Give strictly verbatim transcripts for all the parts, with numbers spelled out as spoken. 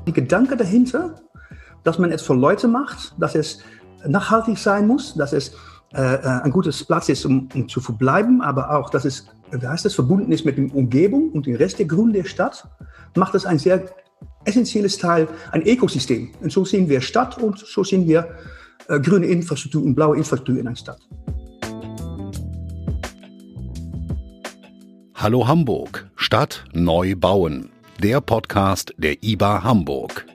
Die Gedanke dahinter, dass man es für Leute macht, dass es nachhaltig sein muss, dass es äh, ein gutes Platz ist, um, um zu verbleiben, aber auch, dass es, wie heißt das, verbunden ist mit der Umgebung und dem Rest der Grün der Stadt, macht es ein sehr essentielles Teil, ein Ökosystem. Und so sehen wir Stadt und so sehen wir äh, grüne Infrastruktur und blaue Infrastruktur in einer Stadt. Hallo Hamburg, Stadt neu bauen. Der Podcast der I B A Hamburg.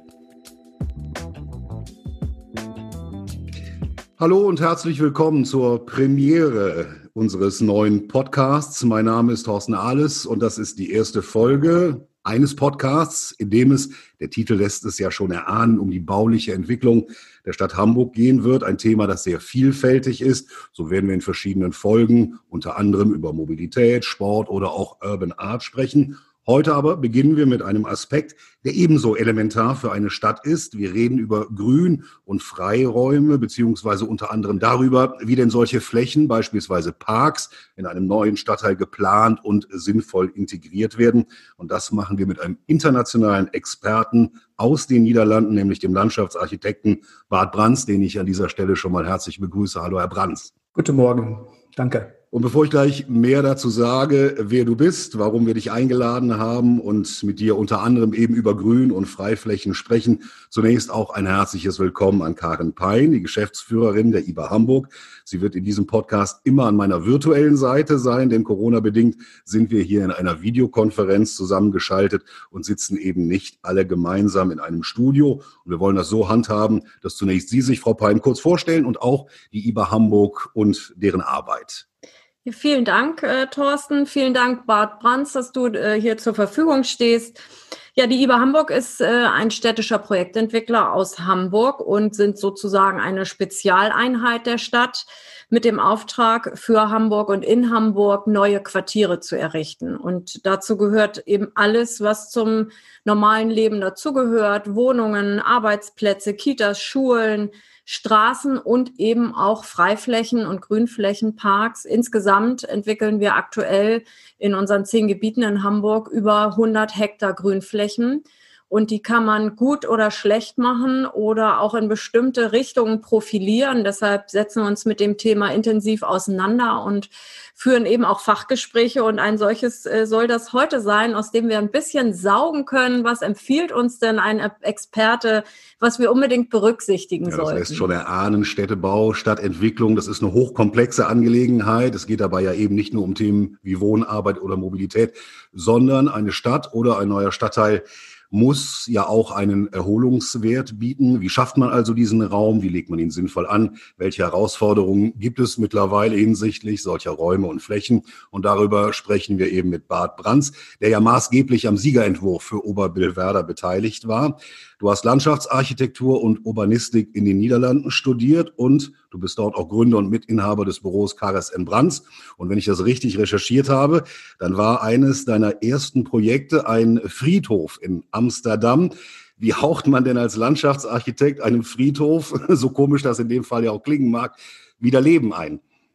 Hallo und herzlich willkommen zur Premiere unseres neuen Podcasts. Mein Name ist Thorsten Ahles und das ist die erste Folge eines Podcasts, in dem es, der Titel lässt es ja schon erahnen, um die bauliche Entwicklung der Stadt Hamburg gehen wird. Ein Thema, das sehr vielfältig ist. So werden wir in verschiedenen Folgen unter anderem über Mobilität, Sport oder auch Urban Art sprechen. Heute aber beginnen wir mit einem Aspekt, der ebenso elementar für eine Stadt ist. Wir reden über Grün- und Freiräume, beziehungsweise unter anderem darüber, wie denn solche Flächen, beispielsweise Parks, in einem neuen Stadtteil geplant und sinnvoll integriert werden. Und das machen wir mit einem internationalen Experten aus den Niederlanden, nämlich dem Landschaftsarchitekten Bart Brans, den ich an dieser Stelle schon mal herzlich begrüße. Hallo, Herr Brans. Guten Morgen, danke. Und bevor ich gleich mehr dazu sage, wer du bist, warum wir dich eingeladen haben und mit dir unter anderem eben über Grün- und Freiflächen sprechen, zunächst auch ein herzliches Willkommen an Karin Pein, die Geschäftsführerin der I B A Hamburg. Sie wird in diesem Podcast immer an meiner virtuellen Seite sein, denn Corona-bedingt sind wir hier in einer Videokonferenz zusammengeschaltet und sitzen eben nicht alle gemeinsam in einem Studio. Und wir wollen das so handhaben, dass zunächst Sie sich, Frau Pein, kurz vorstellen und auch die I B A Hamburg und deren Arbeit. Vielen Dank, äh, Thorsten. Vielen Dank, Bart Brans, dass du äh, hier zur Verfügung stehst. Ja, die I B A Hamburg ist äh, ein städtischer Projektentwickler aus Hamburg und sind sozusagen eine Spezialeinheit der Stadt mit dem Auftrag, für Hamburg und in Hamburg neue Quartiere zu errichten. Und dazu gehört eben alles, was zum normalen Leben dazugehört: Wohnungen, Arbeitsplätze, Kitas, Schulen, Straßen und eben auch Freiflächen und Grünflächen, Parks. Insgesamt entwickeln wir aktuell in unseren zehn Gebieten in Hamburg über hundert Hektar Grünflächen. Und die kann man gut oder schlecht machen oder auch in bestimmte Richtungen profilieren. Deshalb setzen wir uns mit dem Thema intensiv auseinander und führen eben auch Fachgespräche. Und ein solches äh, soll das heute sein, aus dem wir ein bisschen saugen können. Was empfiehlt uns denn ein Experte, was wir unbedingt berücksichtigen ja, das sollten? Das lässt schon erahnen, Städtebau, Stadtentwicklung, das ist eine hochkomplexe Angelegenheit. Es geht dabei ja eben nicht nur um Themen wie Wohnarbeit oder Mobilität, sondern eine Stadt oder ein neuer Stadtteil muss ja auch einen Erholungswert bieten. Wie schafft man also diesen Raum? Wie legt man ihn sinnvoll an? Welche Herausforderungen gibt es mittlerweile hinsichtlich solcher Räume und Flächen? Und darüber sprechen wir eben mit Bart Brans, der ja maßgeblich am Siegerentwurf für Oberbillwerder beteiligt war. Du hast Landschaftsarchitektur und Urbanistik in den Niederlanden studiert und du bist dort auch Gründer und Mitinhaber des Büros Cares en Brans. Und wenn ich das richtig recherchiert habe, dann war eines deiner ersten Projekte ein Friedhof in Amsterdam. Wie haucht man denn als Landschaftsarchitekt einem Friedhof, so komisch das in dem Fall ja auch klingen mag, wieder Leben ein?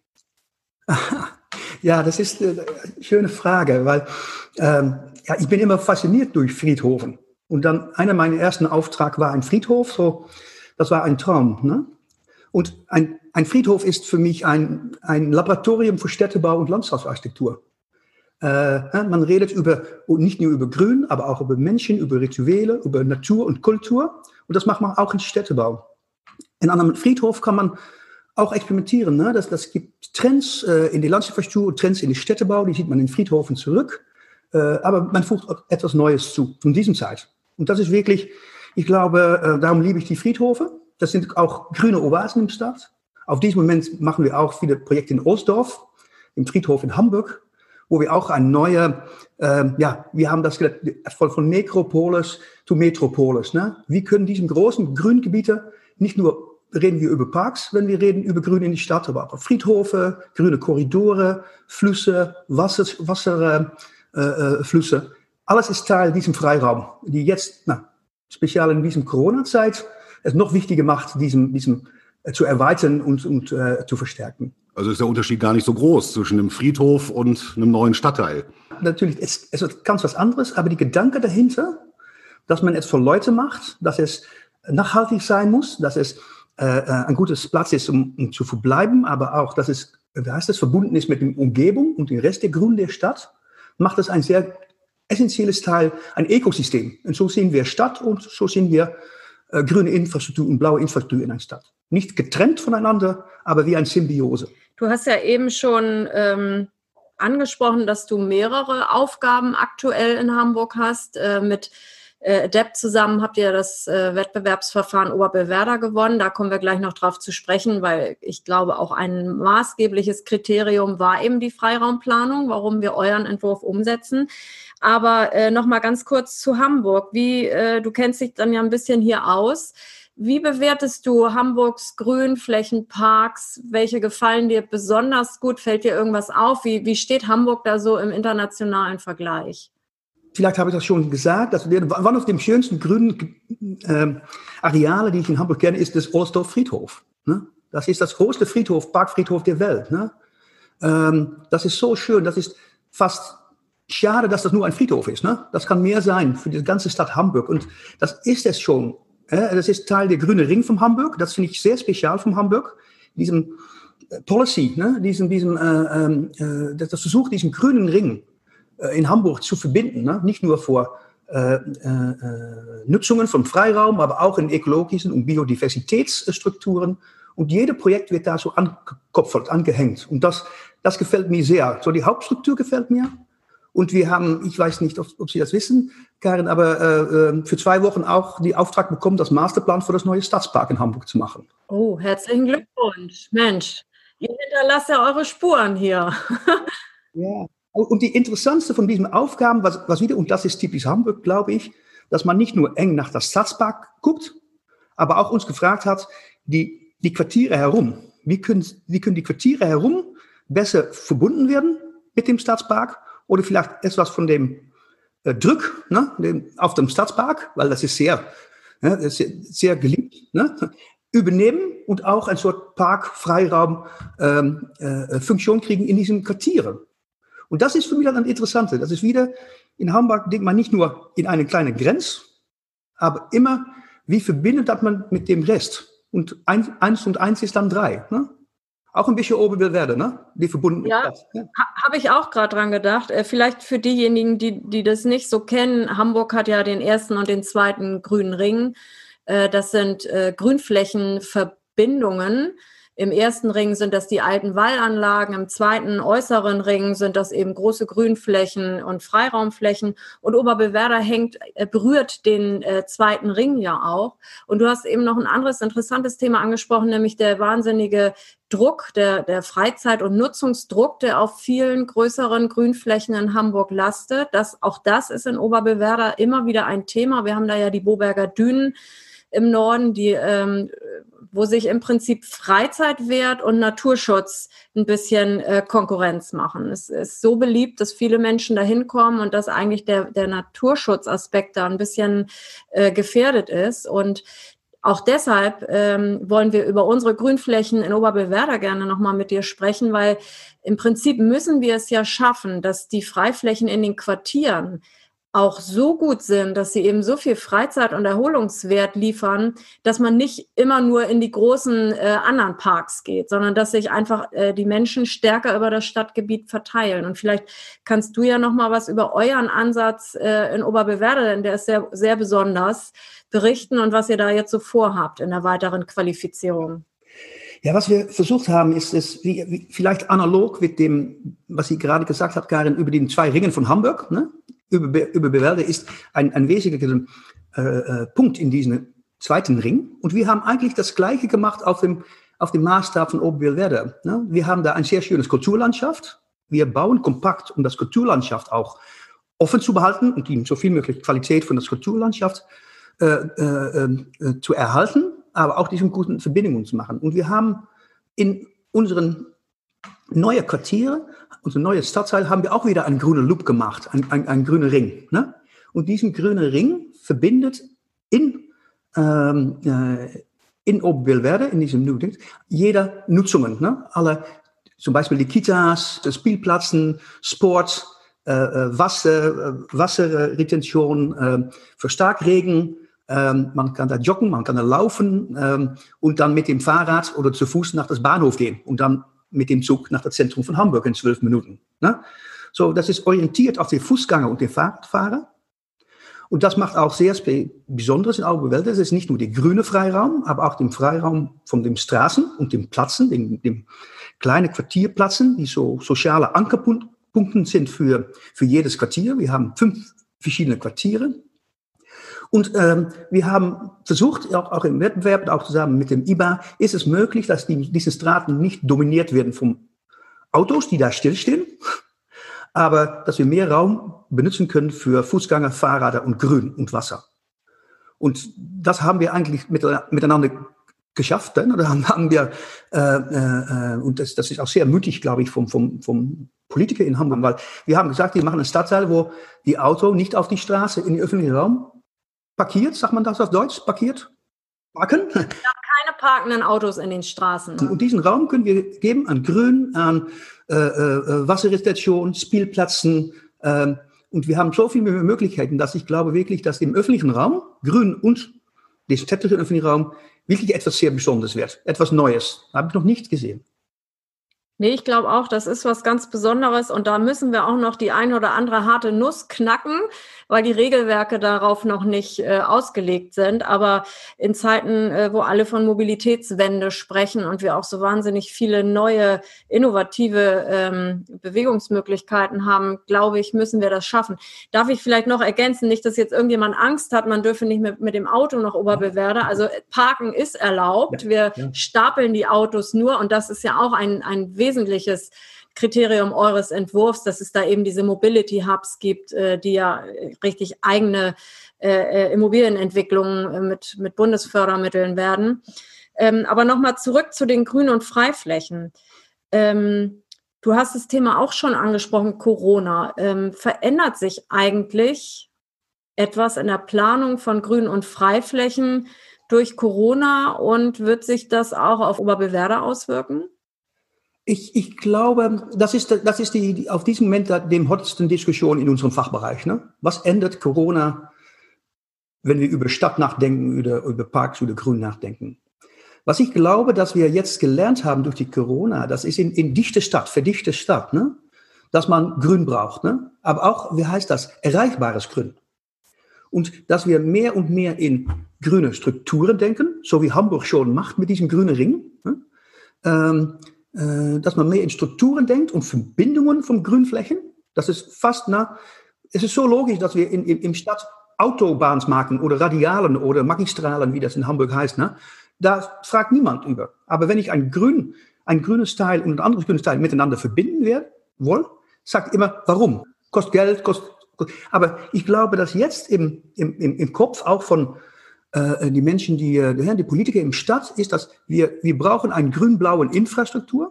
Ja, das ist eine schöne Frage, weil ähm, ja, ich bin immer fasziniert durch Friedhofen. Und dann einer meiner ersten Aufträge war ein Friedhof, so, das war ein Traum. Ne? Und ein, ein Friedhof ist für mich ein, ein Laboratorium für Städtebau und Landschaftsarchitektur. Äh, man redet über, nicht nur über Grün, aber auch über Menschen, über Rituale, über Natur und Kultur. Und das macht man auch im Städtebau. In einem Friedhof kann man auch experimentieren. Ne? Das, das gibt Trends äh, in die Landschaftsarchitektur und Trends in die Städtebau, die sieht man in Friedhofen zurück. Äh, aber man fügt etwas Neues zu, von diesem Zeit. Und das ist wirklich, ich glaube, äh, darum liebe ich die Friedhofe. Das sind auch grüne Oasen im Stadt. Auf diesem Moment machen wir auch viele Projekte in Ostdorf, im Friedhof in Hamburg, wo wir auch ein neuer, äh, ja, wir haben das von, von Nekropolis zu Metropolis. Ne? Wir können diesen großen Grüngebiete, nicht nur reden wir über Parks, wenn wir reden über Grün in die Stadt, aber auch Friedhofe, grüne Korridore, Flüsse, Wasser, Wasser äh, äh, Flüsse. Alles ist Teil diesem Freiraum, die jetzt, na, speziell in diesem Corona-Zeit, es noch wichtiger macht, diesen, diesen äh, zu erweitern und, und äh, zu verstärken. Also ist der Unterschied gar nicht so groß zwischen einem Friedhof und einem neuen Stadtteil? Natürlich, es, es ist ganz was anderes, aber die Gedanke dahinter, dass man es für Leute macht, dass es nachhaltig sein muss, dass es äh, ein gutes Platz ist, um, um zu verbleiben, aber auch, dass es, wie heißt es, verbunden ist mit der Umgebung und dem Rest der Grün der Stadt, macht es ein sehr essentielles Teil, ein Ökosystem. Und so sehen wir Stadt und so sehen wir äh, grüne Infrastruktur und blaue Infrastruktur in einer Stadt. Nicht getrennt voneinander, aber wie eine Symbiose. Du hast ja eben schon ähm, angesprochen, dass du mehrere Aufgaben aktuell in Hamburg hast. Äh, mit äh, Adept zusammen habt ihr das äh, Wettbewerbsverfahren Oberbewerder gewonnen. Da kommen wir gleich noch drauf zu sprechen, weil ich glaube, auch ein maßgebliches Kriterium war eben die Freiraumplanung, warum wir euren Entwurf umsetzen. Aber äh, noch mal ganz kurz zu Hamburg. Wie, äh, du kennst dich dann ja ein bisschen hier aus. Wie bewertest du Hamburgs Grünflächen, Parks? Welche gefallen dir besonders gut? Fällt dir irgendwas auf? Wie, wie steht Hamburg da so im internationalen Vergleich? Vielleicht habe ich das schon gesagt. Dass wir, one of den schönsten grünen äh, Areale, die ich in Hamburg kenne, ist das Ohlsdorf Friedhof. Ne? Das ist das größte Friedhof, Parkfriedhof der Welt. Ne? Ähm, das ist so schön. Das ist fast schade, dass das nur ein Friedhof ist. Ne? Das kann mehr sein für die ganze Stadt Hamburg. Und das ist es schon. Das ist Teil der grüne Ring von Hamburg. Das finde ich sehr spezial von Hamburg. Diesem Policy, ne? diesem, diesem, äh, äh, das Versuch, diesen grünen Ring äh, in Hamburg zu verbinden. Ne? Nicht nur vor äh, äh, Nutzungen von Freiraum, aber auch in ökologischen und Biodiversitätsstrukturen. Und jedes Projekt wird da so angekopfelt, angehängt. Und das, das gefällt mir sehr. So die Hauptstruktur gefällt mir. Und wir haben, ich weiß nicht, ob, ob Sie das wissen, Karin, aber äh, für zwei Wochen auch die Auftrag bekommen, das Masterplan für das neue Stadtpark in Hamburg zu machen. Oh, herzlichen Glückwunsch. Mensch, ihr hinterlasst ja eure Spuren hier. Ja, und die interessantste von diesen Aufgaben, was, was wieder, und das ist typisch Hamburg, glaube ich, dass man nicht nur eng nach das Stadtpark guckt, aber auch uns gefragt hat, die, die Quartiere herum. Wie können, wie können die Quartiere herum besser verbunden werden mit dem Stadtpark? Oder vielleicht etwas von dem äh, Druck ne, dem, auf dem Stadtpark, weil das ist sehr, ne, das ist sehr geliebt, ne, übernehmen und auch eine Sort Park-Freiraum ähm, äh, Funktion kriegen in diesen Quartieren. Und das ist für mich dann das Interessante. Das ist wieder, in Hamburg denkt man nicht nur in eine kleine Grenze, aber immer, wie verbindet das man mit dem Rest? Und eins, eins und eins ist dann drei, ne? Auch ein bisschen Oberwildwerde, ne? Die verbunden. Ja, ja. Ha, habe ich auch gerade dran gedacht. Äh, vielleicht für diejenigen, die, die das nicht so kennen. Hamburg hat ja den ersten und den zweiten grünen Ring. Äh, das sind äh, Grünflächenverbindungen. Im ersten Ring sind das die alten Wallanlagen, im zweiten äußeren Ring sind das eben große Grünflächen und Freiraumflächen. Und Oberbewerder hängt, äh, berührt den äh, zweiten Ring ja auch. Und du hast eben noch ein anderes interessantes Thema angesprochen, nämlich der wahnsinnige Druck, der, der Freizeit- und Nutzungsdruck, der auf vielen größeren Grünflächen in Hamburg lastet. Das, auch das ist in Oberbewerder immer wieder ein Thema. Wir haben da ja die Boberger Dünen im Norden, die, ähm, wo sich im Prinzip Freizeitwert und Naturschutz ein bisschen äh, Konkurrenz machen. Es ist so beliebt, dass viele Menschen da hinkommen und dass eigentlich der, der Naturschutzaspekt da ein bisschen äh, gefährdet ist. Und auch deshalb ähm, wollen wir über unsere Grünflächen in Oberbewerder gerne nochmal mit dir sprechen, weil im Prinzip müssen wir es ja schaffen, dass die Freiflächen in den Quartieren auch so gut sind, dass sie eben so viel Freizeit- und Erholungswert liefern, dass man nicht immer nur in die großen äh, anderen Parks geht, sondern dass sich einfach äh, die Menschen stärker über das Stadtgebiet verteilen. Und vielleicht kannst du ja noch mal was über euren Ansatz äh, in Oberbewerder, denn der ist sehr, sehr besonders, berichten und was ihr da jetzt so vorhabt in der weiteren Qualifizierung. Ja, was wir versucht haben, ist es wie, wie, vielleicht analog mit dem, was Sie gerade gesagt hat, Karin, über die zwei Ringen von Hamburg, ne? Über, über Bewerder ist ein, ein wesentlicher äh, äh, Punkt in diesem zweiten Ring. Und wir haben eigentlich das Gleiche gemacht auf dem, auf dem Maßstab von Oberwildwerder. Ne? Wir haben da ein sehr schönes Kulturlandschaft. Wir bauen kompakt, um das Kulturlandschaft auch offen zu behalten und die so viel möglich Qualität von der Kulturlandschaft äh, äh, äh, zu erhalten, aber auch diese guten Verbindungen zu machen. Und wir haben in unseren neuen Quartieren, unser neues Stadtteil, haben wir auch wieder einen grünen Loop gemacht, einen, einen, einen grünen Ring. Ne? Und diesen grünen Ring verbindet in, ähm, äh, in Oberwildwerder, in diesem New Ding, jeder Nutzungen. Ne? Alle, zum Beispiel die Kitas, die Spielplätze, Sport, äh, Wasser, äh, Wasserretention äh, für Starkregen. Ähm, man kann da joggen, man kann da laufen ähm, und dann mit dem Fahrrad oder zu Fuß nach das Bahnhof gehen und dann mit dem Zug nach das Zentrum von Hamburg in zwölf Minuten. Ne? So, das ist orientiert auf den Fußgänger und den Fahrradfahrer. Und das macht auch sehr Besonderes in Oberwälder. Das ist nicht nur der grüne Freiraum, aber auch den Freiraum von den Straßen und den Plätzen, den, den kleinen Quartierplätzen, die so soziale Ankerpunkte sind für, für jedes Quartier. Wir haben fünf verschiedene Quartiere. Und ähm, wir haben versucht, auch, auch im Wettbewerb, auch zusammen mit dem I B A, ist es möglich, dass die, diese Straßen nicht dominiert werden von Autos, die da stillstehen, aber dass wir mehr Raum benutzen können für Fußgänger, Fahrräder und Grün und Wasser. Und das haben wir eigentlich mit, miteinander geschafft. Ne? Da haben wir, äh, äh, und das, das ist auch sehr mutig, glaube ich, vom, vom, vom Politiker in Hamburg, weil wir haben gesagt, wir machen einen Stadtteil, wo die Auto nicht auf die Straße, in den öffentlichen Raum parkiert, sagt man das auf Deutsch, parkiert, parken. Ja, keine parkenden Autos in den Straßen. Und diesen Raum können wir geben an Grün, an äh, äh, Wasserretention, Spielplätzen. Äh, und wir haben so viele Möglichkeiten, dass ich glaube wirklich, dass im öffentlichen Raum, Grün und den städtischen öffentlichen Raum, wirklich etwas sehr Besonderes wird. Etwas Neues. Habe ich noch nicht gesehen. Nee, ich glaube auch, das ist was ganz Besonderes und da müssen wir auch noch die ein oder andere harte Nuss knacken, weil die Regelwerke darauf noch nicht äh, ausgelegt sind. Aber in Zeiten, äh, wo alle von Mobilitätswende sprechen und wir auch so wahnsinnig viele neue, innovative ähm, Bewegungsmöglichkeiten haben, glaube ich, müssen wir das schaffen. Darf ich vielleicht noch ergänzen, nicht, dass jetzt irgendjemand Angst hat, man dürfe nicht mit, mit dem Auto nach Oberbewerder. Also Parken ist erlaubt. Wir ja. stapeln die Autos nur und das ist ja auch ein, ein wesentliches Kriterium eures Entwurfs, dass es da eben diese Mobility Hubs gibt, äh, die ja richtig eigene äh, Immobilienentwicklungen äh, mit, mit Bundesfördermitteln werden. Ähm, aber nochmal zurück zu den Grün- und Freiflächen. Ähm, du hast das Thema auch schon angesprochen, Corona. Ähm, verändert sich eigentlich etwas in der Planung von Grün- und Freiflächen durch Corona und wird sich das auch auf Oberbewerder auswirken? Ich, ich glaube, das ist, das ist die, die auf diesem Moment die hottesten Diskussion in unserem Fachbereich. Ne? Was ändert Corona, wenn wir über Stadt nachdenken, über, über Parks, über Grün nachdenken? Was ich glaube, dass wir jetzt gelernt haben durch die Corona, das ist in, in dichte Stadt, verdichte Stadt, ne? Dass man Grün braucht. Ne? Aber auch, wie heißt das, erreichbares Grün. Und dass wir mehr und mehr in grüne Strukturen denken, so wie Hamburg schon macht mit diesem grünen Ring. Ne? Ähm, dass man mehr in Strukturen denkt und Verbindungen von Grünflächen. Das ist fast, na, es ist so logisch, dass wir in, in, in Stadt Autobahns machen oder Radialen oder Magistralen, wie das in Hamburg heißt. Ne? Da fragt niemand über. Aber wenn ich ein, Grün, ein grünes Teil und ein anderes grünes Teil miteinander verbinden will, will sagt immer, warum? Kostet Geld, kostet, kostet. Aber ich glaube, dass jetzt im, im, im Kopf auch von die Menschen, die, die Politiker im Stadt, ist, dass wir, wir brauchen eine grün-blaue Infrastruktur,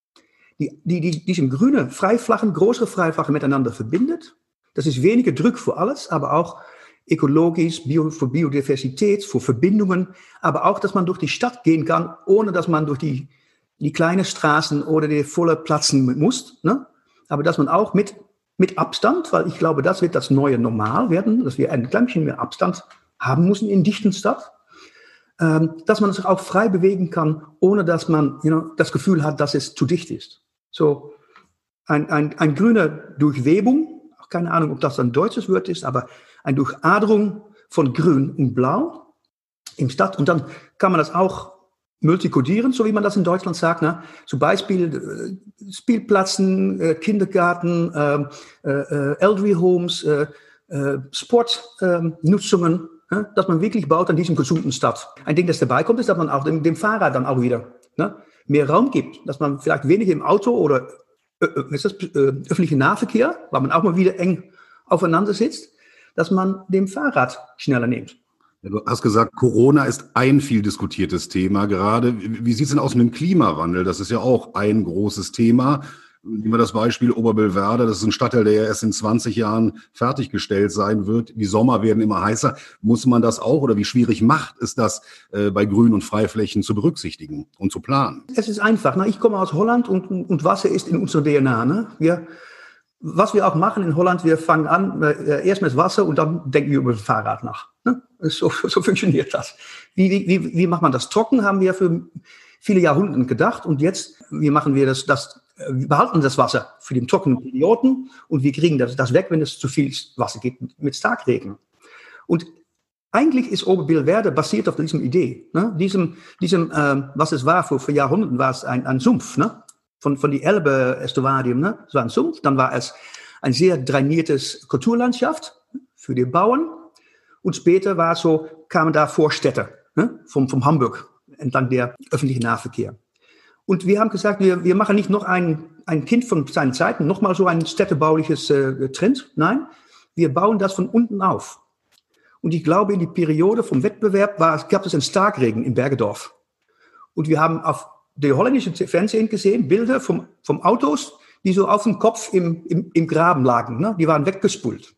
die, die, die diesen grünen Freiflächen, größere Freiflächen miteinander verbindet. Das ist weniger Druck für alles, aber auch ökologisch, Bio, für Biodiversität, für Verbindungen, aber auch, dass man durch die Stadt gehen kann, ohne dass man durch die, die kleinen Straßen oder die volle Plätzen muss, ne? Aber dass man auch mit, mit Abstand, weil ich glaube, das wird das neue Normal werden, dass wir ein klein bisschen mehr Abstand haben müssen in dichten Stadt, ähm, dass man sich auch frei bewegen kann, ohne dass man you know, das Gefühl hat, dass es zu dicht ist. So ein, ein, ein grüne Durchwebung, auch keine Ahnung, ob das ein deutsches Wort ist, aber eine Durchaderung von Grün und Blau im Stadt. Und dann kann man das auch multikodieren, so wie man das in Deutschland sagt. Ne? Zum Beispiel äh, Spielplätzen, äh, Kindergarten, äh, äh, Elderly Homes, äh, äh, Sportnutzungen. Äh, Ja, dass man wirklich baut an diesem gesunden Stadt. Ein Ding, das dabei kommt, ist, dass man auch dem, dem Fahrrad dann auch wieder ne, mehr Raum gibt. Dass man vielleicht weniger im Auto oder äh, ist das, äh, öffentlichen Nahverkehr, weil man auch mal wieder eng aufeinander sitzt, dass man dem Fahrrad schneller nimmt. Ja, du hast gesagt, Corona ist ein viel diskutiertes Thema gerade. Wie sieht es denn aus mit dem Klimawandel? Das ist ja auch ein großes Thema. Nehmen wir das Beispiel Oberbillwerder, das ist ein Stadtteil, der ja erst in zwanzig Jahren fertiggestellt sein wird. Die Sommer werden immer heißer. Muss man das auch oder wie schwierig macht es das, äh, bei Grün- und Freiflächen zu berücksichtigen und zu planen? Es ist einfach. Ne? Ich komme aus Holland und, und Wasser ist in unserer D N A. Ne? Wir, was wir auch machen in Holland, wir fangen an, äh, erst mit Wasser und dann denken wir über das Fahrrad nach. Ne? So, so funktioniert das. Wie, wie, wie macht man das trocken, haben wir für viele Jahrhunderte gedacht. Und jetzt, wie machen wir das, das wir behalten das Wasser für die trockenen Perioden und wir kriegen das, das weg, wenn es zu viel Wasser gibt mit Starkregen. Und eigentlich ist Oberbilverde basiert auf diesem Idee. Ne? Diesem, diesem äh, was es war, vor, vor Jahrhunderten war es ein, ein Sumpf, ne? Von, von die Elbe-Estuarium, ne? Es war ein Sumpf, dann war es ein sehr drainiertes Kulturlandschaft für die Bauern und später war es so, kamen da Vorstädte, ne? vom, vom Hamburg entlang der öffentlichen Nahverkehr. Und wir haben gesagt, wir, wir machen nicht noch ein, ein Kind von seinen Zeiten, nochmal so ein städtebauliches äh, Trend, nein, wir bauen das von unten auf. Und ich glaube, in die Periode vom Wettbewerb war, gab es einen Starkregen in Bergedorf. Und wir haben auf der holländischen Fernsehen gesehen, Bilder vom, vom Autos, die so auf dem Kopf im, im, im Graben lagen. Ne? Die waren weggespult.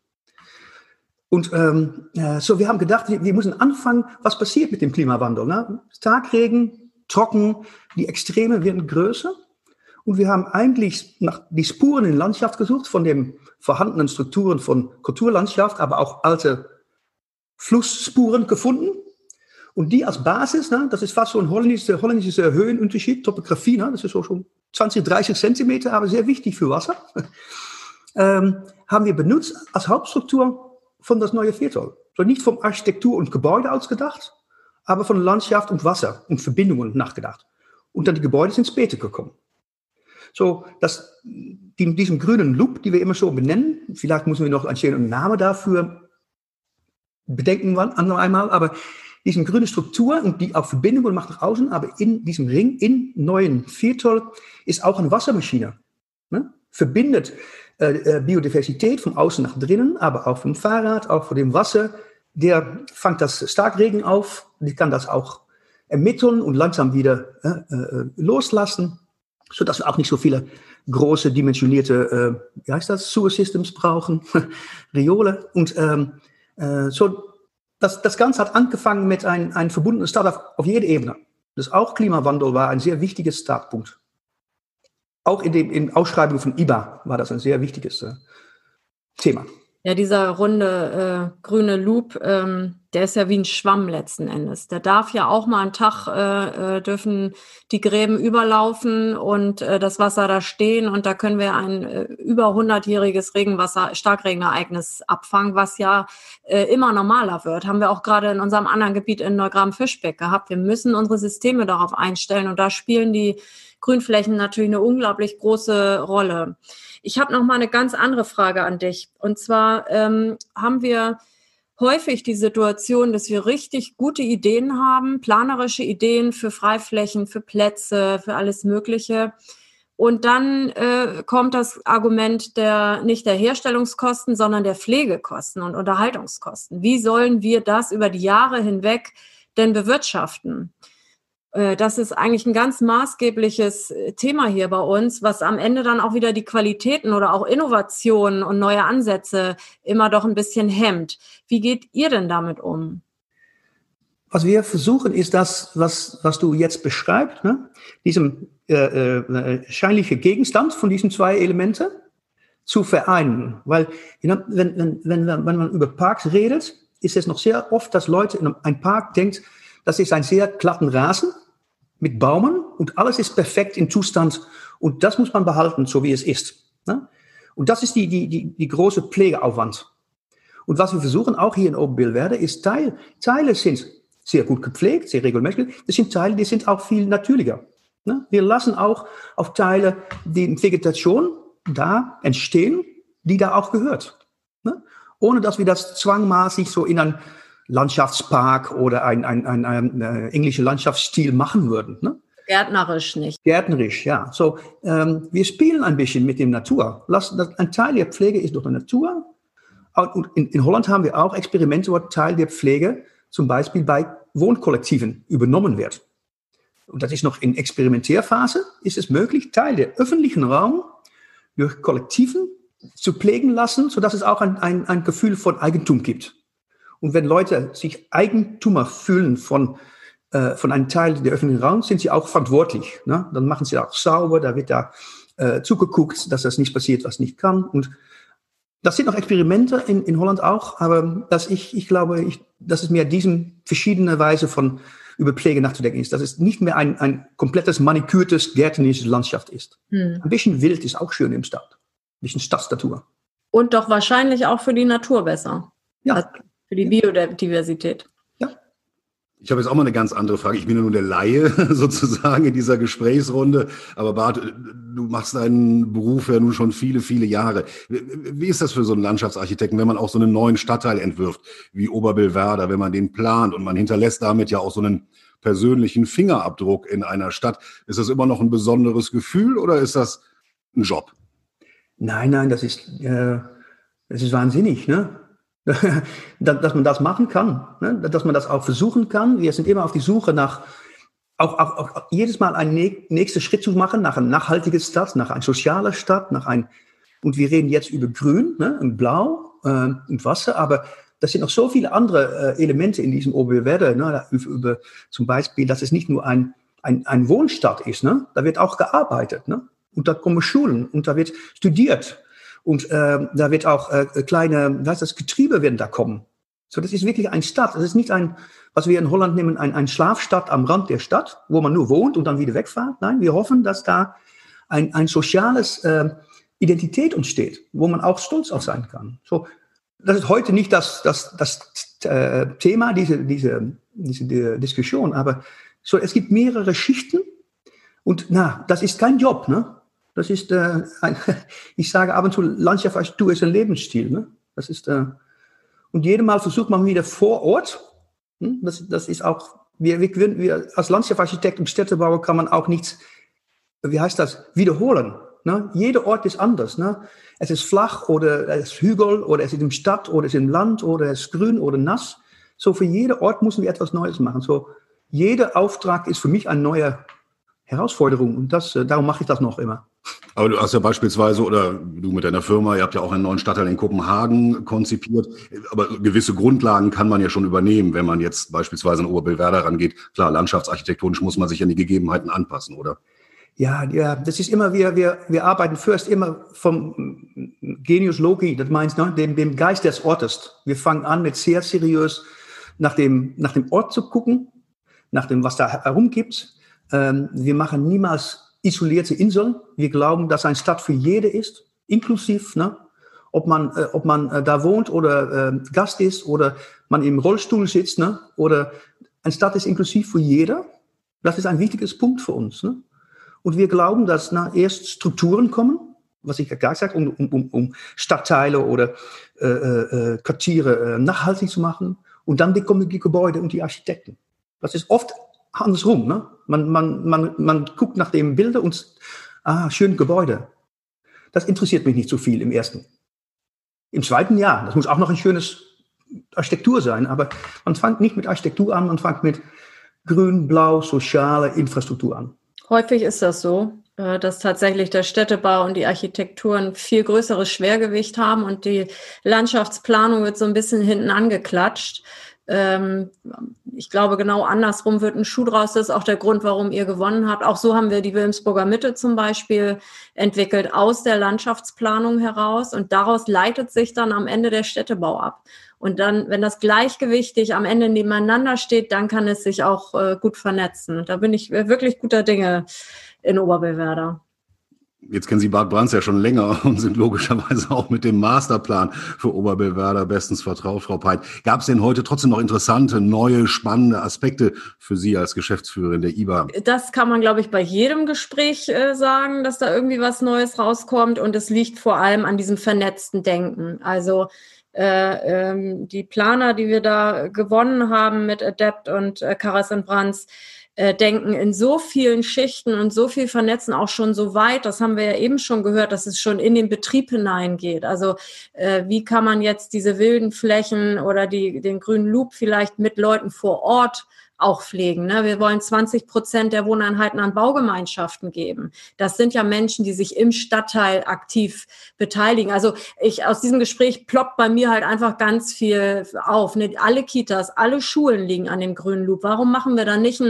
Und ähm, äh, so, wir haben gedacht, wir, wir müssen anfangen, was passiert mit dem Klimawandel. Ne? Starkregen, trocken, die Extreme werden größer. Und wir haben eigentlich nach die Spuren in der Landschaft gesucht, von den vorhandenen Strukturen von Kulturlandschaft, aber auch alte Flussspuren gefunden. Und die als Basis, ne, das ist fast so ein holländischer, holländischer Höhenunterschied, Topografie, ne, das ist so schon zwanzig, dreißig Zentimeter, aber sehr wichtig für Wasser, ähm, haben wir benutzt als Hauptstruktur von das neue Viertel. So nicht von Architektur und Gebäude ausgedacht, aber von Landschaft und Wasser und Verbindungen nachgedacht. Und dann die Gebäude sind später gekommen. So, dass die, diesem grünen Loop, die wir immer so benennen, vielleicht müssen wir noch einen schönen Namen dafür bedenken einmal, aber diese grüne Struktur und die auch Verbindungen macht nach außen, aber in diesem Ring, in neuen Viertel, ist auch eine Wassermaschine. Ne? Verbindet äh, Biodiversität von außen nach drinnen, aber auch vom Fahrrad, auch von dem Wasser. Der fängt das Starkregen auf, die kann das auch ermitteln und langsam wieder äh, äh, loslassen, sodass wir auch nicht so viele große dimensionierte, äh, wie heißt das, Sewer Systems brauchen, Riole. Und ähm, äh, so Das, das Ganze hat angefangen mit einem ein verbundenen Start auf, auf jeder Ebene. Das auch Klimawandel war ein sehr wichtiges Startpunkt. Auch in den in Ausschreibungen von I B A war das ein sehr wichtiges äh, Thema. Ja, dieser runde äh, grüne Loop, ähm, der ist ja wie ein Schwamm letzten Endes. Der darf ja auch mal einen Tag, äh, dürfen die Gräben überlaufen und äh, das Wasser da stehen und da können wir ein äh, über hundertjähriges Regenwasser, Starkregenereignis abfangen, was ja äh, immer normaler wird. Haben wir auch gerade in unserem anderen Gebiet in Neugraben-Fischbeck gehabt. Wir müssen unsere Systeme darauf einstellen und da spielen die Grünflächen natürlich eine unglaublich große Rolle. Ich habe noch mal eine ganz andere Frage an dich. Und zwar ähm, haben wir häufig die Situation, dass wir richtig gute Ideen haben, planerische Ideen für Freiflächen, für Plätze, für alles Mögliche. Und dann äh, kommt das Argument der nicht der Herstellungskosten, sondern der Pflegekosten und Unterhaltungskosten. Wie sollen wir das über die Jahre hinweg denn bewirtschaften? Das ist eigentlich ein ganz maßgebliches Thema hier bei uns, was am Ende dann auch wieder die Qualitäten oder auch Innovationen und neue Ansätze immer doch ein bisschen hemmt. Wie geht ihr denn damit um? Was wir versuchen, ist das, was, was du jetzt beschreibst, ne? Diesem äh, äh, scheinliche Gegenstand von diesen zwei Elementen zu vereinen. Weil you know, wenn, wenn, wenn, wenn man über Parks redet, ist es noch sehr oft, dass Leute in einem Park denken, das ist ein sehr glatten Rasen mit Baumen und alles ist perfekt im Zustand und das muss man behalten, so wie es ist. Ne? Und das ist die, die, die, die große Pflegeaufwand. Und was wir versuchen, auch hier in Oberbilverde, ist Teil, Teile sind sehr gut gepflegt, sehr regelmäßig. Das sind Teile, die sind auch viel natürlicher. Ne? Wir lassen auch auf Teile die Vegetation da entstehen, die da auch gehört. Ne? Ohne dass wir das zwangmaßig so in ein Landschaftspark oder ein, ein, ein, ein, ein äh, englischer Landschaftsstil machen würden. Ne? Gärtnerisch nicht. Gärtnerisch, ja. So, ähm, wir spielen ein bisschen mit dem Natur. Lass, das, ein Teil der Pflege ist durch die Natur. Und in, in Holland haben wir auch Experimente, wo Teil der Pflege zum Beispiel bei Wohnkollektiven übernommen wird. Und das ist noch in Experimentärphase. Ist es möglich, Teil der öffentlichen Raum durch Kollektiven zu pflegen lassen, sodass es auch ein, ein, ein Gefühl von Eigentum gibt. Und wenn Leute sich Eigentümer fühlen von, äh, von einem Teil der öffentlichen Raum, sind sie auch verantwortlich. Ne? Dann machen sie auch sauber, da wird da äh, zugeguckt, dass das nicht passiert, was nicht kann. Und das sind noch Experimente in, in Holland auch, aber dass ich, ich glaube, ich, dass es mehr diesen verschiedene Weise von über Pflege nachzudenken ist, dass es nicht mehr ein, ein komplettes manikürtes, gärtnerisches Landschaft ist. Hm. Ein bisschen wild ist auch schön im Stadt. Ein bisschen Stadtnatur. Und doch wahrscheinlich auch für die Natur besser. Ja. Also für die Biodiversität. Ja. Ich habe jetzt auch mal eine ganz andere Frage. Ich bin ja nur der Laie sozusagen in dieser Gesprächsrunde. Aber Bart, du machst deinen Beruf ja nun schon viele, viele Jahre. Wie ist das für so einen Landschaftsarchitekten, wenn man auch so einen neuen Stadtteil entwirft, wie Oberbillwerder, wenn man den plant und man hinterlässt damit ja auch so einen persönlichen Fingerabdruck in einer Stadt? Ist das immer noch ein besonderes Gefühl oder ist das ein Job? Nein, nein, das ist, äh, das ist wahnsinnig, ne? Dass man das machen kann, ne? Dass man das auch versuchen kann. Wir sind immer auf die Suche nach, auch, auch, auch jedes Mal einen nächsten Schritt zu machen, nach einer nachhaltigen Stadt, nach einer sozialen Stadt, nach ein, und wir reden jetzt über Grün, ne? Und Blau äh, und Wasser, aber das sind noch so viele andere äh, Elemente in diesem Oberbillwerder, ne? Über, über, zum Beispiel, dass es nicht nur ein, ein, ein Wohnstadt ist, ne? Da wird auch gearbeitet, ne? Und da kommen Schulen und da wird studiert. Und äh, da wird auch äh, kleine, was heißt das, Getriebe werden da kommen. So, das ist wirklich eine Stadt. Das ist nicht ein, was wir in Holland nennen, ein, ein Schlafstadt am Rand der Stadt, wo man nur wohnt und dann wieder wegfährt. Nein, wir hoffen, dass da ein, ein soziales äh, Identität entsteht, wo man auch stolz auf sein kann. So, das ist heute nicht das, das, das äh, Thema, diese, diese, diese die Diskussion, aber so, es gibt mehrere Schichten und na, das ist kein Job, ne? Das ist, äh, ein, ich sage ab und zu, Landschaftsarchitektur ist ein Lebensstil. Ne? Das ist, äh, und jedes Mal versucht man wieder vor Ort. Hm? Das, das ist auch, wir, wir, wir als Landschaftsarchitekt und Städtebauer kann man auch nichts, wie heißt das, wiederholen. Ne? Jeder Ort ist anders. Ne? Es ist flach oder es ist Hügel oder es ist im Stadt oder es ist im Land oder es ist grün oder nass. So für jeden Ort müssen wir etwas Neues machen. So jeder Auftrag ist für mich eine neue Herausforderung und das, äh, darum mache ich das noch immer. Aber du hast ja beispielsweise, oder du mit deiner Firma, ihr habt ja auch einen neuen Stadtteil in Kopenhagen konzipiert, aber gewisse Grundlagen kann man ja schon übernehmen, wenn man jetzt beispielsweise an Oberbillwerder rangeht. Klar, landschaftsarchitektonisch muss man sich an die Gegebenheiten anpassen, oder? Ja, ja, das ist immer, wir, wir, wir arbeiten first immer vom Genius Loci, das meint, ne, dem, dem Geist des Ortes. Wir fangen an mit sehr seriös nach dem, nach dem Ort zu gucken, nach dem, was da herum gibt. Ähm, wir machen niemals isolierte Inseln. Wir glauben, dass eine Stadt für jede ist, inklusiv, ne? ob man, äh, ob man äh, da wohnt oder äh, Gast ist oder man im Rollstuhl sitzt, ne? Oder eine Stadt ist inklusiv für jeder. Das ist ein wichtiges Punkt für uns. Ne? Und wir glauben, dass na, erst Strukturen kommen, was ich ja gerade gesagt habe, um, um, um Stadtteile oder äh, äh, Quartiere äh, nachhaltig zu machen. Und dann kommen die Gebäude und die Architekten. Das ist oft andersrum, ne? Man, man, man, man guckt nach dem Bilder und, ah, schön Gebäude. Das interessiert mich nicht so viel im ersten. Im zweiten Jahr, das muss auch noch ein schönes Architektur sein, aber man fängt nicht mit Architektur an, man fängt mit Grün, Blau, soziale Infrastruktur an. Häufig ist das so, dass tatsächlich der Städtebau und die Architektur ein viel größeres Schwergewicht haben und die Landschaftsplanung wird so ein bisschen hinten angeklatscht. Ich glaube, genau andersrum wird ein Schuh draus. Das ist auch der Grund, warum ihr gewonnen habt. Auch so haben wir die Wilhelmsburger Mitte zum Beispiel entwickelt, aus der Landschaftsplanung heraus. Und daraus leitet sich dann am Ende der Städtebau ab. Und dann, wenn das gleichgewichtig am Ende nebeneinander steht, dann kann es sich auch äh, gut vernetzen. Da bin ich wirklich guter Dinge in Oberbillwerder. Jetzt kennen Sie Bart Brantz ja schon länger und sind logischerweise auch mit dem Masterplan für Oberbillwerder bestens vertraut, Frau Peit. Gab es denn heute trotzdem noch interessante, neue, spannende Aspekte für Sie als Geschäftsführerin der I B A? Das kann man, glaube ich, bei jedem Gespräch äh, sagen, dass da irgendwie was Neues rauskommt. Und es liegt vor allem an diesem vernetzten Denken. Also äh, ähm, die Planer, die wir da gewonnen haben mit Adept und äh, Karas und Brantz, denken in so vielen Schichten und so viel vernetzen, auch schon so weit, das haben wir ja eben schon gehört, dass es schon in den Betrieb hineingeht. Also äh, wie kann man jetzt diese wilden Flächen oder die, den grünen Loop vielleicht mit Leuten vor Ort auch pflegen. Ne? Wir wollen zwanzig Prozent der Wohneinheiten an Baugemeinschaften geben. Das sind ja Menschen, die sich im Stadtteil aktiv beteiligen. Also ich aus diesem Gespräch ploppt bei mir halt einfach ganz viel auf. Ne? Alle Kitas, alle Schulen liegen an dem grünen Loop. Warum machen wir da nicht ein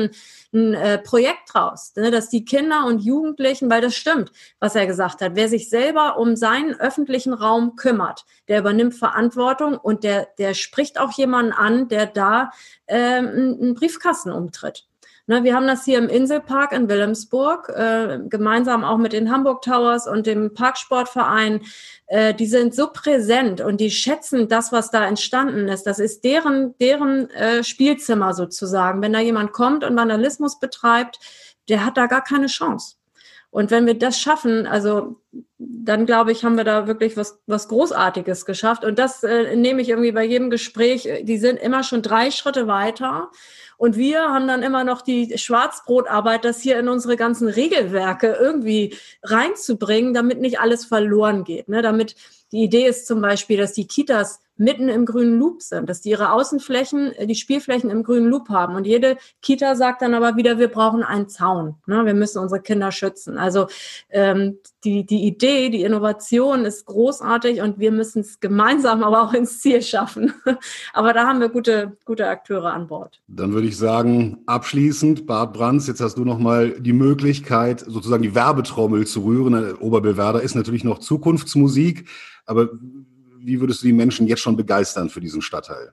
ein äh, Projekt draus, ne, dass die Kinder und Jugendlichen, weil das stimmt, was er gesagt hat, wer sich selber um seinen öffentlichen Raum kümmert, der übernimmt Verantwortung und der, der spricht auch jemanden an, der da äh, einen Briefkasten umtritt. Ne, wir haben das hier im Inselpark in Wilhelmsburg, äh, gemeinsam auch mit den Hamburg Towers und dem Parksportverein. Äh, die sind so präsent und die schätzen das, was da entstanden ist. Das ist deren, deren äh, Spielzimmer sozusagen. Wenn da jemand kommt und Vandalismus betreibt, der hat da gar keine Chance. Und wenn wir das schaffen, also dann glaube ich, haben wir da wirklich was, was Großartiges geschafft. Und das äh, nehme ich irgendwie bei jedem Gespräch. Die sind immer schon drei Schritte weiter. Und wir haben dann immer noch die Schwarzbrotarbeit, das hier in unsere ganzen Regelwerke irgendwie reinzubringen, damit nicht alles verloren geht. Ne? Damit die Idee ist zum Beispiel, dass die Kitas mitten im grünen Loop sind, dass die ihre Außenflächen, die Spielflächen im grünen Loop haben. Und jede Kita sagt dann aber wieder, wir brauchen einen Zaun. Ne? Wir müssen unsere Kinder schützen. Also ähm, die, die Idee, die Innovation ist großartig und wir müssen es gemeinsam aber auch ins Ziel schaffen. Aber da haben wir gute, gute Akteure an Bord. Dann würde ich sagen, abschließend, Bart Brantz, jetzt hast du nochmal die Möglichkeit, sozusagen die Werbetrommel zu rühren. Oberbillwerder ist natürlich noch Zukunftsmusik, aber wie würdest du die Menschen jetzt schon begeistern für diesen Stadtteil?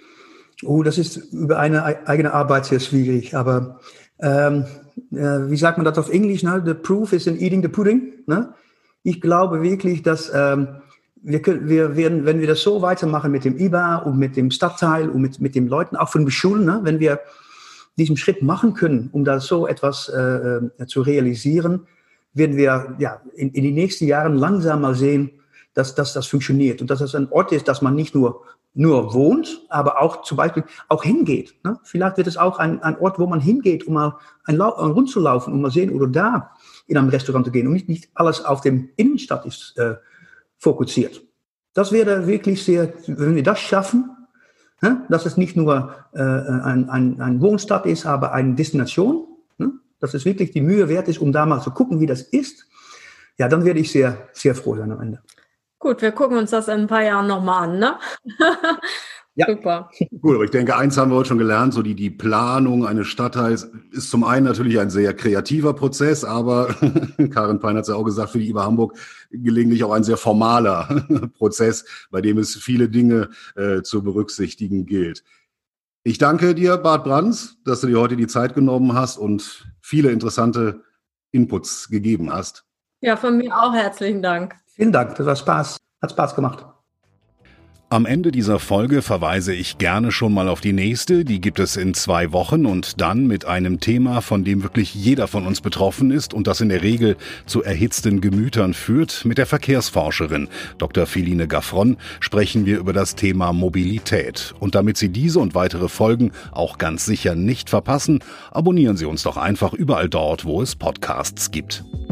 Oh, das ist über eine eigene Arbeit sehr schwierig. Aber ähm, äh, wie sagt man das auf Englisch? Ne? The proof is in eating the pudding. Ne? Ich glaube wirklich, dass ähm, wir, können, wir werden, wenn wir das so weitermachen mit dem I B A und mit dem Stadtteil und mit, mit den Leuten, auch von den Schulen, ne? Wenn wir diesen Schritt machen können, um da so etwas äh, zu realisieren, werden wir ja, in, in den nächsten Jahren langsam mal sehen, dass, dass das funktioniert und dass das ein Ort ist, dass man nicht nur, nur wohnt, aber auch zum Beispiel auch hingeht. Ne? Vielleicht wird es auch ein, ein Ort, wo man hingeht, um mal ein, ein Rund zu laufen, um mal sehen oder da in einem Restaurant zu gehen und nicht, nicht alles auf dem Innenstadt ist äh, fokussiert. Das wäre wirklich sehr, wenn wir das schaffen, ne? Dass es nicht nur äh, ein, ein, ein Wohnstadt ist, aber eine Destination, ne? Dass es wirklich die Mühe wert ist, um da mal zu gucken, wie das ist, ja, dann werde ich sehr, sehr froh sein am Ende. Gut, wir gucken uns das in ein paar Jahren nochmal an, ne? Ja. Super. Gut, aber ich denke, eins haben wir heute schon gelernt, so die, die Planung eines Stadtteils ist zum einen natürlich ein sehr kreativer Prozess, aber Karin Pein hat es ja auch gesagt, für die I B A Hamburg gelegentlich auch ein sehr formaler Prozess, bei dem es viele Dinge äh, zu berücksichtigen gilt. Ich danke dir, Bart Brantz, dass du dir heute die Zeit genommen hast und viele interessante Inputs gegeben hast. Ja, von mir auch herzlichen Dank. Vielen Dank, das war Spaß, hat Spaß gemacht. Am Ende dieser Folge verweise ich gerne schon mal auf die nächste, die gibt es in zwei Wochen und dann mit einem Thema, von dem wirklich jeder von uns betroffen ist und das in der Regel zu erhitzten Gemütern führt. Mit der Verkehrsforscherin Doktor Philine Gaffron sprechen wir über das Thema Mobilität. Und damit Sie diese und weitere Folgen auch ganz sicher nicht verpassen, abonnieren Sie uns doch einfach überall dort, wo es Podcasts gibt.